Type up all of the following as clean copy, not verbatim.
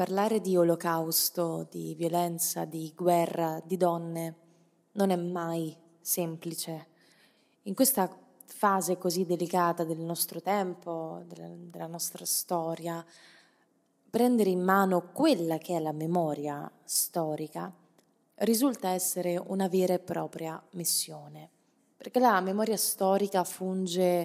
Parlare di olocausto, di violenza, di guerra, di donne non è mai semplice. In questa fase così delicata del nostro tempo, della nostra storia, prendere in mano quella che è la memoria storica risulta essere una vera e propria missione, perché la memoria storica funge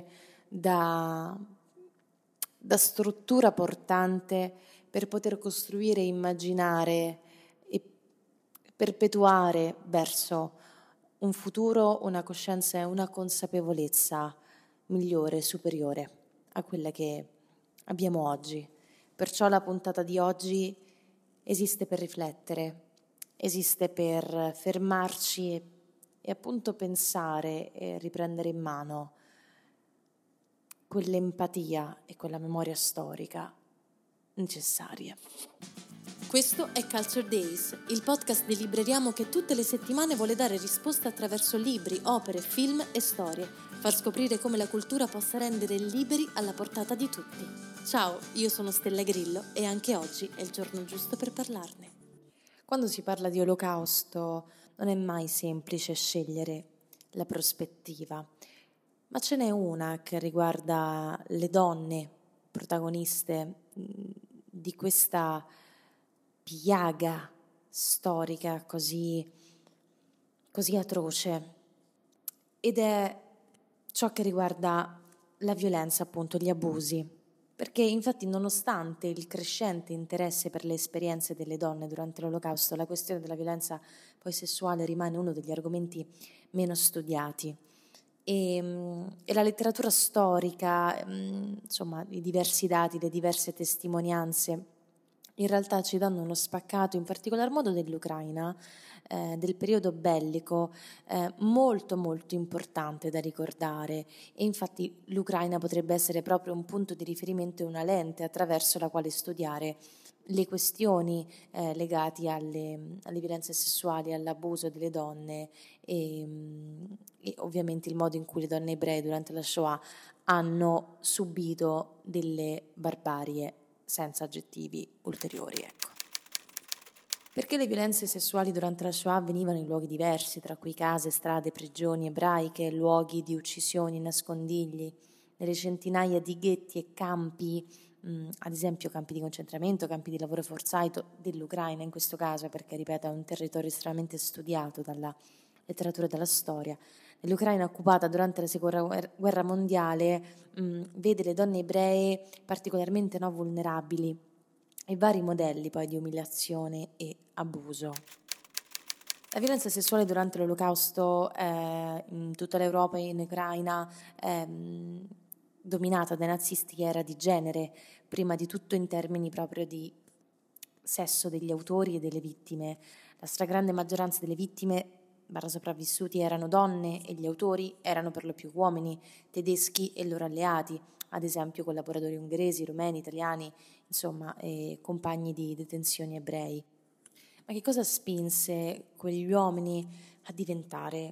da struttura portante per poter costruire, immaginare e perpetuare verso un futuro, una coscienza e una consapevolezza migliore, superiore a quella che abbiamo oggi. Perciò la puntata di oggi esiste per riflettere, esiste per fermarci e appunto pensare e riprendere in mano quell'empatia e quella memoria storica necessarie. Questo è Culture Days, il podcast di Libreriamo che tutte le settimane vuole dare risposte attraverso libri, opere, film e storie, far scoprire come la cultura possa rendere liberi alla portata di tutti. Ciao, io sono Stella Grillo e anche oggi è il giorno giusto per parlarne. Quando si parla di olocausto non è mai semplice scegliere la prospettiva, ma ce n'è una che riguarda le donne protagoniste di questa piaga storica così atroce, ed è ciò che riguarda la violenza, appunto, gli abusi. Perché infatti, nonostante il crescente interesse per le esperienze delle donne durante l'Olocausto, la questione della violenza poi sessuale rimane uno degli argomenti meno studiati. E la letteratura storica, insomma, i diversi dati, le diverse testimonianze, in realtà ci danno uno spaccato, in particolar modo dell'Ucraina, del periodo bellico, molto molto importante da ricordare, e infatti l'Ucraina potrebbe essere proprio un punto di riferimento e una lente attraverso la quale studiare le questioni legate alle violenze sessuali, all'abuso delle donne e ovviamente il modo in cui le donne ebree durante la Shoah hanno subito delle barbarie senza aggettivi ulteriori, ecco. Perché le violenze sessuali durante la Shoah avvenivano in luoghi diversi, tra cui case, strade, prigioni ebraiche, luoghi di uccisioni, nascondigli, nelle centinaia di ghetti e campi, ad esempio campi di concentramento, campi di lavoro forzato dell'Ucraina in questo caso, perché ripeto è un territorio estremamente studiato dalla letteratura e dalla storia. Nell'Ucraina occupata durante la seconda guerra mondiale vede le donne ebree particolarmente vulnerabili e vari modelli poi di umiliazione e abuso. La violenza sessuale durante l'Olocausto in tutta l'Europa e in Ucraina dominata dai nazisti era di genere, prima di tutto in termini proprio di sesso degli autori e delle vittime. La stragrande maggioranza delle vittime sopravvissuti erano donne e gli autori erano per lo più uomini, tedeschi e loro alleati, ad esempio collaboratori ungheresi, rumeni, italiani, insomma, compagni di detenzione ebrei. Ma che cosa spinse quegli uomini a diventare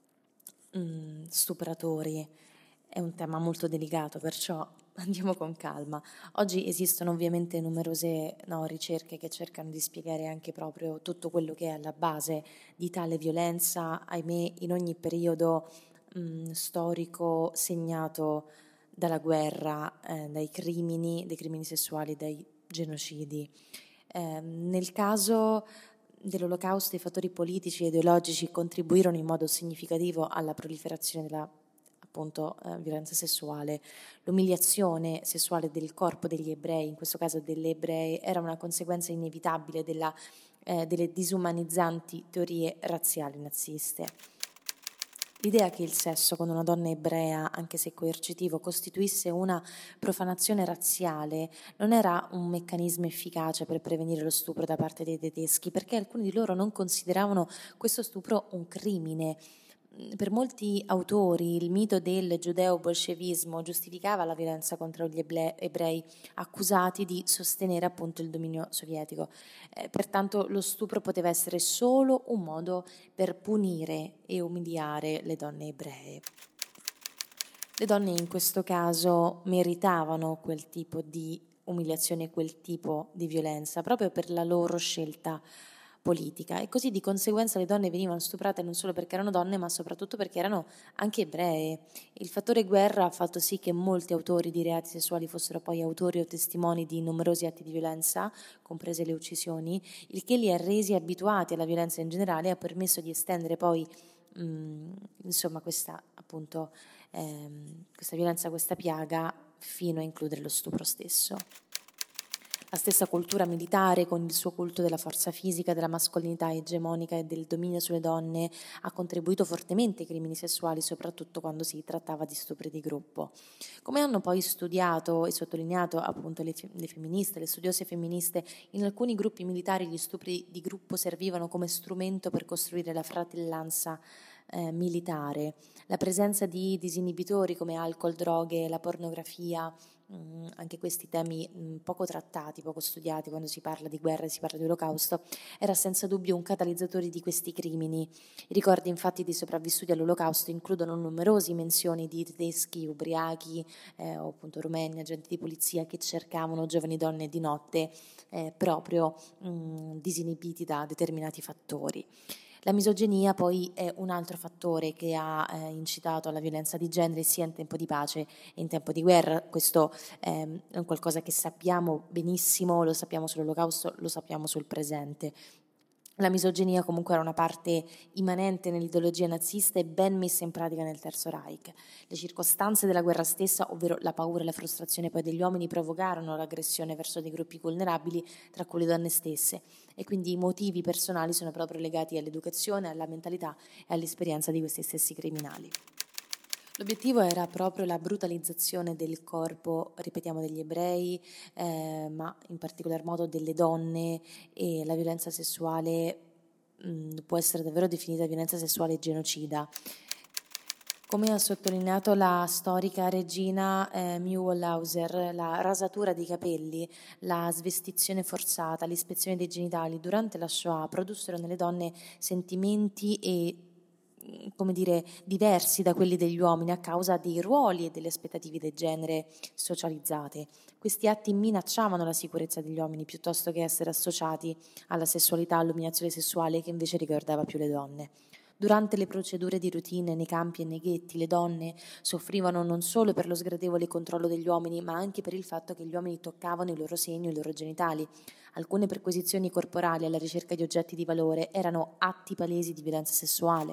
stupratori? È un tema molto delicato, perciò andiamo con calma. Oggi esistono ovviamente numerose ricerche che cercano di spiegare anche proprio tutto quello che è alla base di tale violenza, ahimè, in ogni periodo storico segnato dalla guerra, dai crimini sessuali, dai genocidi. Nel caso dell'Olocausto i fattori politici e ideologici contribuirono in modo significativo alla proliferazione della violenza sessuale. L'umiliazione sessuale del corpo degli ebrei, in questo caso delle ebree, era una conseguenza inevitabile delle disumanizzanti teorie razziali naziste. L'idea che il sesso con una donna ebrea, anche se coercitivo, costituisse una profanazione razziale non era un meccanismo efficace per prevenire lo stupro da parte dei tedeschi, perché alcuni di loro non consideravano questo stupro un crimine. Per molti autori il mito del giudeo-bolscevismo giustificava la violenza contro gli ebrei accusati di sostenere appunto il dominio sovietico. Pertanto lo stupro poteva essere solo un modo per punire e umiliare le donne ebree. Le donne in questo caso meritavano quel tipo di umiliazione, quel tipo di violenza, proprio per la loro scelta politica. E così di conseguenza le donne venivano stuprate non solo perché erano donne, ma soprattutto perché erano anche ebree. Il fattore guerra ha fatto sì che molti autori di reati sessuali fossero poi autori o testimoni di numerosi atti di violenza, comprese le uccisioni, il che li ha resi abituati alla violenza in generale e ha permesso di estendere poi insomma questa appunto questa violenza, questa piaga, fino a includere lo stupro stesso. La stessa cultura militare, con il suo culto della forza fisica, della mascolinità egemonica e del dominio sulle donne, ha contribuito fortemente ai crimini sessuali, soprattutto quando si trattava di stupri di gruppo. Come hanno poi studiato e sottolineato appunto le femministe, le studiose femministe, in alcuni gruppi militari gli stupri di gruppo servivano come strumento per costruire la fratellanza militare. La presenza di disinibitori come alcol, droghe, la pornografia, anche questi temi poco trattati, poco studiati quando si parla di guerra e si parla di olocausto, era senza dubbio un catalizzatore di questi crimini. I ricordi infatti dei sopravvissuti all'olocausto includono numerose menzioni di tedeschi, ubriachi o appunto rumeni, agenti di polizia che cercavano giovani donne di notte proprio disinibiti da determinati fattori. La misoginia poi è un altro fattore che ha incitato alla violenza di genere sia in tempo di pace e in tempo di guerra. Questo è un qualcosa che sappiamo benissimo, lo sappiamo sull'olocausto, lo sappiamo sul presente. La misoginia comunque era una parte immanente nell'ideologia nazista e ben messa in pratica nel Terzo Reich. Le circostanze della guerra stessa, ovvero la paura e la frustrazione poi degli uomini, provocarono l'aggressione verso dei gruppi vulnerabili, tra cui le donne stesse, e quindi i motivi personali sono proprio legati all'educazione, alla mentalità e all'esperienza di questi stessi criminali. L'obiettivo era proprio la brutalizzazione del corpo, ripetiamo, degli ebrei, ma in particolar modo delle donne, e la violenza sessuale può essere davvero definita violenza sessuale genocida. Come ha sottolineato la storica Regina Mühlhauser, la rasatura dei capelli, la svestizione forzata, l'ispezione dei genitali durante la Shoah produssero nelle donne sentimenti e come dire, diversi da quelli degli uomini a causa dei ruoli e delle aspettative di genere socializzate. Questi atti minacciavano la sicurezza degli uomini piuttosto che essere associati alla sessualità, all'umiliazione sessuale che invece riguardava più le donne. Durante le procedure di routine nei campi e nei ghetti, le donne soffrivano non solo per lo sgradevole controllo degli uomini, ma anche per il fatto che gli uomini toccavano i loro seni o i loro genitali. Alcune perquisizioni corporali alla ricerca di oggetti di valore erano atti palesi di violenza sessuale.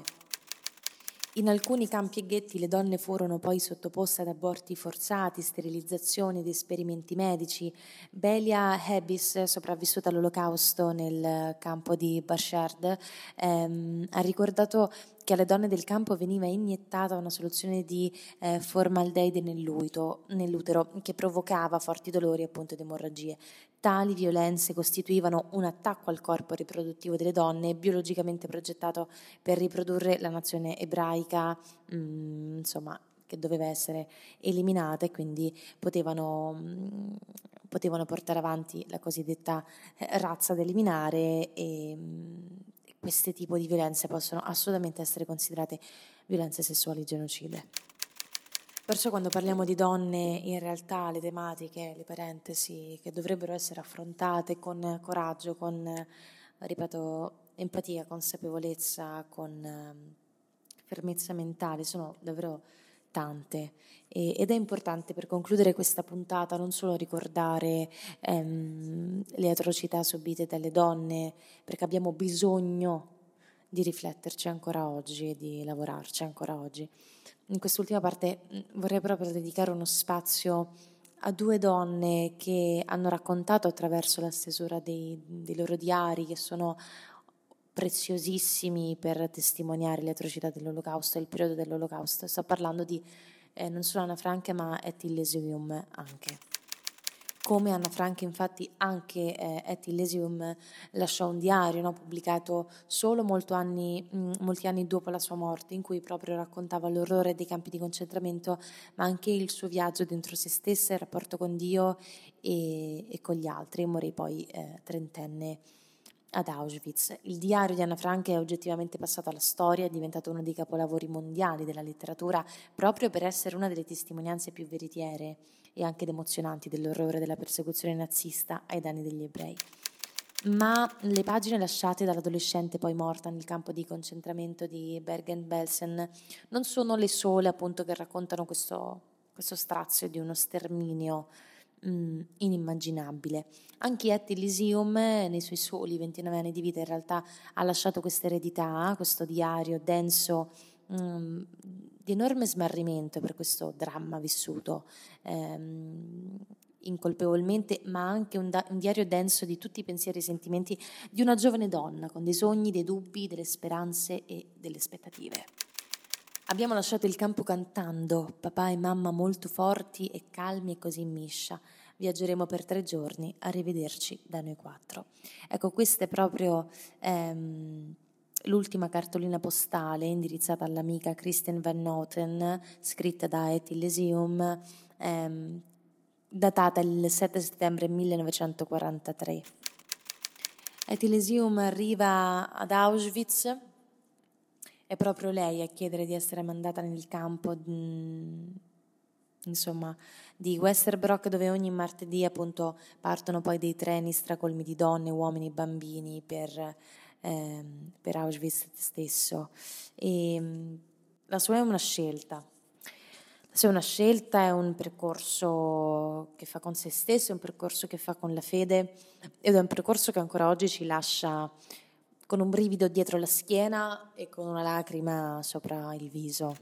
In alcuni campi e ghetti le donne furono poi sottoposte ad aborti forzati, sterilizzazioni ed esperimenti medici. Belia Hebis, sopravvissuta all'olocausto nel campo di Bashard, ha ricordato che alle donne del campo veniva iniettata una soluzione di formaldeide nell'utero che provocava forti dolori appunto ed emorragie. Tali violenze costituivano un attacco al corpo riproduttivo delle donne, biologicamente progettato per riprodurre la nazione ebraica, insomma, che doveva essere eliminata, e quindi potevano portare avanti la cosiddetta razza da eliminare, e questi tipi di violenze possono assolutamente essere considerate violenze sessuali genocide. Perciò quando parliamo di donne, in realtà le tematiche, le parentesi che dovrebbero essere affrontate con coraggio, con, ripeto, empatia, consapevolezza, con fermezza mentale, sono davvero tante. Ed è importante, per concludere questa puntata, non solo ricordare le atrocità subite dalle donne, perché abbiamo bisogno di rifletterci ancora oggi e di lavorarci ancora oggi. In quest'ultima parte vorrei proprio dedicare uno spazio a due donne che hanno raccontato attraverso la stesura dei loro diari, che sono preziosissimi per testimoniare le atrocità dell'Olocausto e il periodo dell'Olocausto. Sto parlando di non solo Anna Frank, ma Etty Lesium anche. Come Anna Frank, infatti, anche Etty Lesium lasciò un diario, no, pubblicato solo molti anni dopo la sua morte, in cui proprio raccontava l'orrore dei campi di concentramento, ma anche il suo viaggio dentro se stessa, il rapporto con Dio e con gli altri. Morì poi trentenne ad Auschwitz. Il diario di Anna Frank è oggettivamente passato alla storia, è diventato uno dei capolavori mondiali della letteratura proprio per essere una delle testimonianze più veritiere e anche emozionanti dell'orrore della persecuzione nazista ai danni degli ebrei. Ma le pagine lasciate dall'adolescente poi morta nel campo di concentramento di Bergen-Belsen non sono le sole appunto che raccontano questo strazio di uno sterminio inimmaginabile. Anche Etty Elysium nei suoi soli 29 anni di vita in realtà ha lasciato questa eredità, questo diario denso di enorme smarrimento per questo dramma vissuto incolpevolmente, ma anche un diario denso di tutti i pensieri e sentimenti di una giovane donna con dei sogni, dei dubbi, delle speranze e delle aspettative. Abbiamo lasciato il campo cantando, papà e mamma molto forti e calmi e così in miscia. Viaggeremo per 3 giorni, arrivederci da noi 4. Ecco, questa è proprio l'ultima cartolina postale indirizzata all'amica Kristen Van Noten, scritta da Etty Elysium, datata il 7 settembre 1943. Etty Elysium arriva ad Auschwitz. È proprio lei a chiedere di essere mandata nel campo, di Westerbrock, dove ogni martedì appunto partono poi dei treni stracolmi di donne, uomini e bambini per Auschwitz stesso. E la sua è una scelta. La sua è una scelta, è un percorso che fa con se stesso, è un percorso che fa con la fede ed è un percorso che ancora oggi ci lascia con un brivido dietro la schiena e con una lacrima sopra il viso.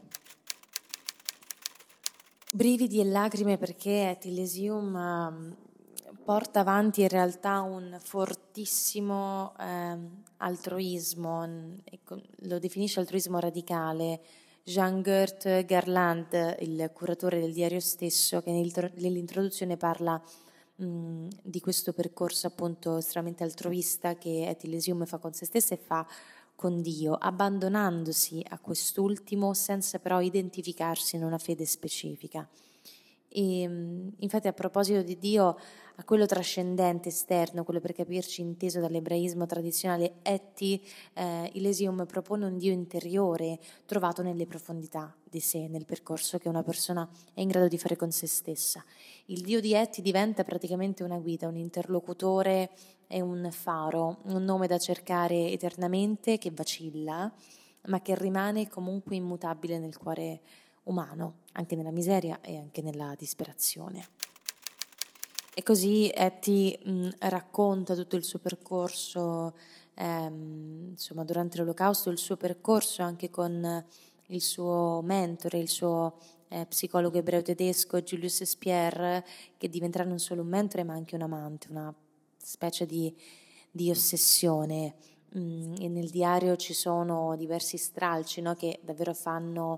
Brividi e lacrime perché Etty Elysium porta avanti in realtà un fortissimo altruismo, lo definisce altruismo radicale. Jean-Gert Garland, il curatore del diario stesso, che nell'introduzione parla di questo percorso appunto estremamente altruista che Etty Elysium fa con se stessa e fa con Dio, abbandonandosi a quest'ultimo senza però identificarsi in una fede specifica. E infatti, a proposito di Dio, a quello trascendente, esterno, quello per capirci inteso dall'ebraismo tradizionale, Etty Elysium propone un Dio interiore trovato nelle profondità di sé, nel percorso che una persona è in grado di fare con se stessa. Il Dio di Etty diventa praticamente una guida, un interlocutore e un faro, un nome da cercare eternamente, che vacilla, ma che rimane comunque immutabile nel cuore umano, anche nella miseria e anche nella disperazione. E così Etty racconta tutto il suo percorso, durante l'Olocausto, il suo percorso anche con il suo mentore, il suo psicologo ebreo tedesco Julius Spier, che diventerà non solo un mentore ma anche un amante, una specie di ossessione. E nel diario ci sono diversi stralci, no, che davvero fanno,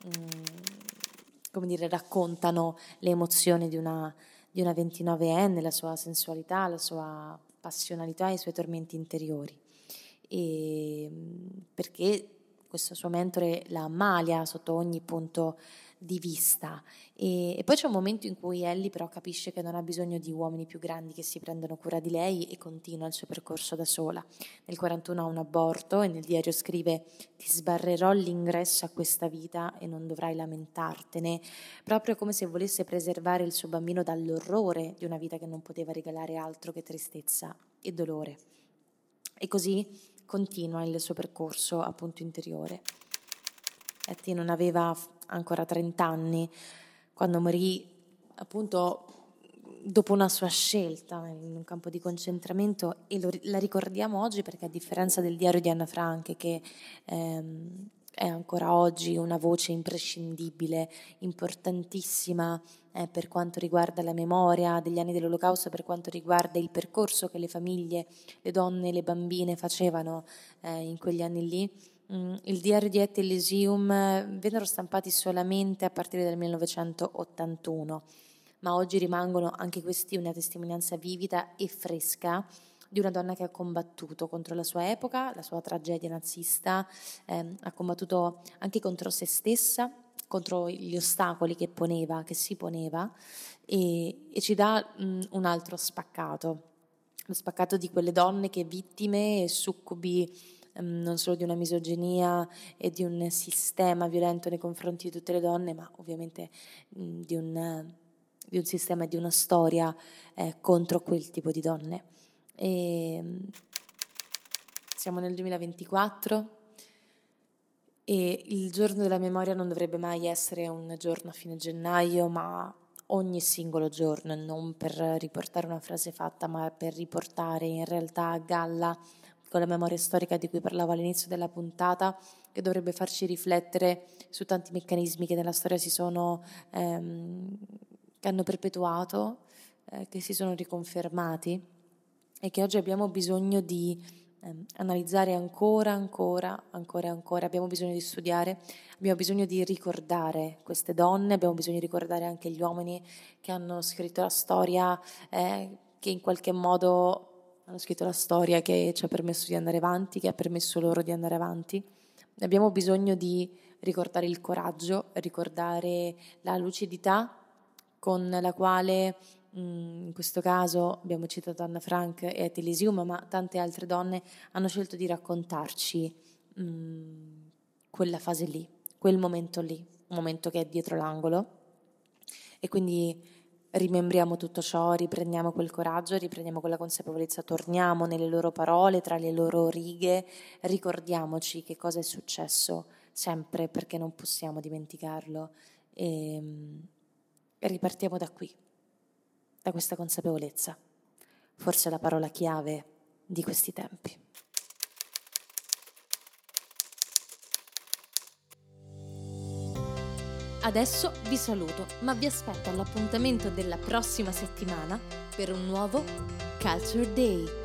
raccontano le emozioni di una 29enne, la sua sensualità, la sua passionalità e i suoi tormenti interiori. E perché questo suo mentore la ammalia sotto ogni punto di vista. E poi c'è un momento in cui Ellie però capisce che non ha bisogno di uomini più grandi che si prendano cura di lei e continua il suo percorso da sola. Nel 41 ha un aborto e nel diario scrive: ti sbarrerò l'ingresso a questa vita e non dovrai lamentartene, proprio come se volesse preservare il suo bambino dall'orrore di una vita che non poteva regalare altro che tristezza e dolore. E così continua il suo percorso appunto interiore. Etty non aveva ancora 30 anni quando morì appunto dopo una sua scelta in un campo di concentramento, e la ricordiamo oggi perché, a differenza del diario di Anna Frank, che è ancora oggi una voce imprescindibile, importantissima per quanto riguarda la memoria degli anni dell'Olocausto, per quanto riguarda il percorso che le famiglie, le donne, le bambine facevano in quegli anni lì. Il diario di Etty Elysium vennero stampati solamente a partire dal 1981, ma oggi rimangono anche questi una testimonianza vivida e fresca di una donna che ha combattuto contro la sua epoca, la sua tragedia nazista, ha combattuto anche contro se stessa, contro gli ostacoli che si poneva, e ci dà un altro spaccato. lo spaccato di quelle donne che vittime e succubi non solo di una misoginia e di un sistema violento nei confronti di tutte le donne, ma ovviamente di un sistema e di una storia contro quel tipo di donne. E siamo nel 2024 e il giorno della memoria non dovrebbe mai essere un giorno a fine gennaio, ma ogni singolo giorno, non per riportare una frase fatta, ma per riportare in realtà a galla con la memoria storica di cui parlavo all'inizio della puntata, che dovrebbe farci riflettere su tanti meccanismi che nella storia che hanno perpetuato, che si sono riconfermati e che oggi abbiamo bisogno di analizzare ancora, abbiamo bisogno di studiare, abbiamo bisogno di ricordare queste donne, abbiamo bisogno di ricordare anche gli uomini che hanno scritto la storia, che in qualche modo hanno scritto la storia che ci ha permesso di andare avanti, che ha permesso loro di andare avanti. Abbiamo bisogno di ricordare il coraggio, ricordare la lucidità con la quale in questo caso abbiamo citato Anna Frank e Etty Lee Seumas, ma tante altre donne hanno scelto di raccontarci quella fase lì, quel momento lì, un momento che è dietro l'angolo, e quindi rimembriamo tutto ciò, riprendiamo quel coraggio, riprendiamo quella consapevolezza, torniamo nelle loro parole, tra le loro righe, ricordiamoci che cosa è successo sempre, perché non possiamo dimenticarlo, e ripartiamo da qui, da questa consapevolezza, forse la parola chiave di questi tempi. Adesso vi saluto, ma vi aspetto all'appuntamento della prossima settimana per un nuovo Culture Day.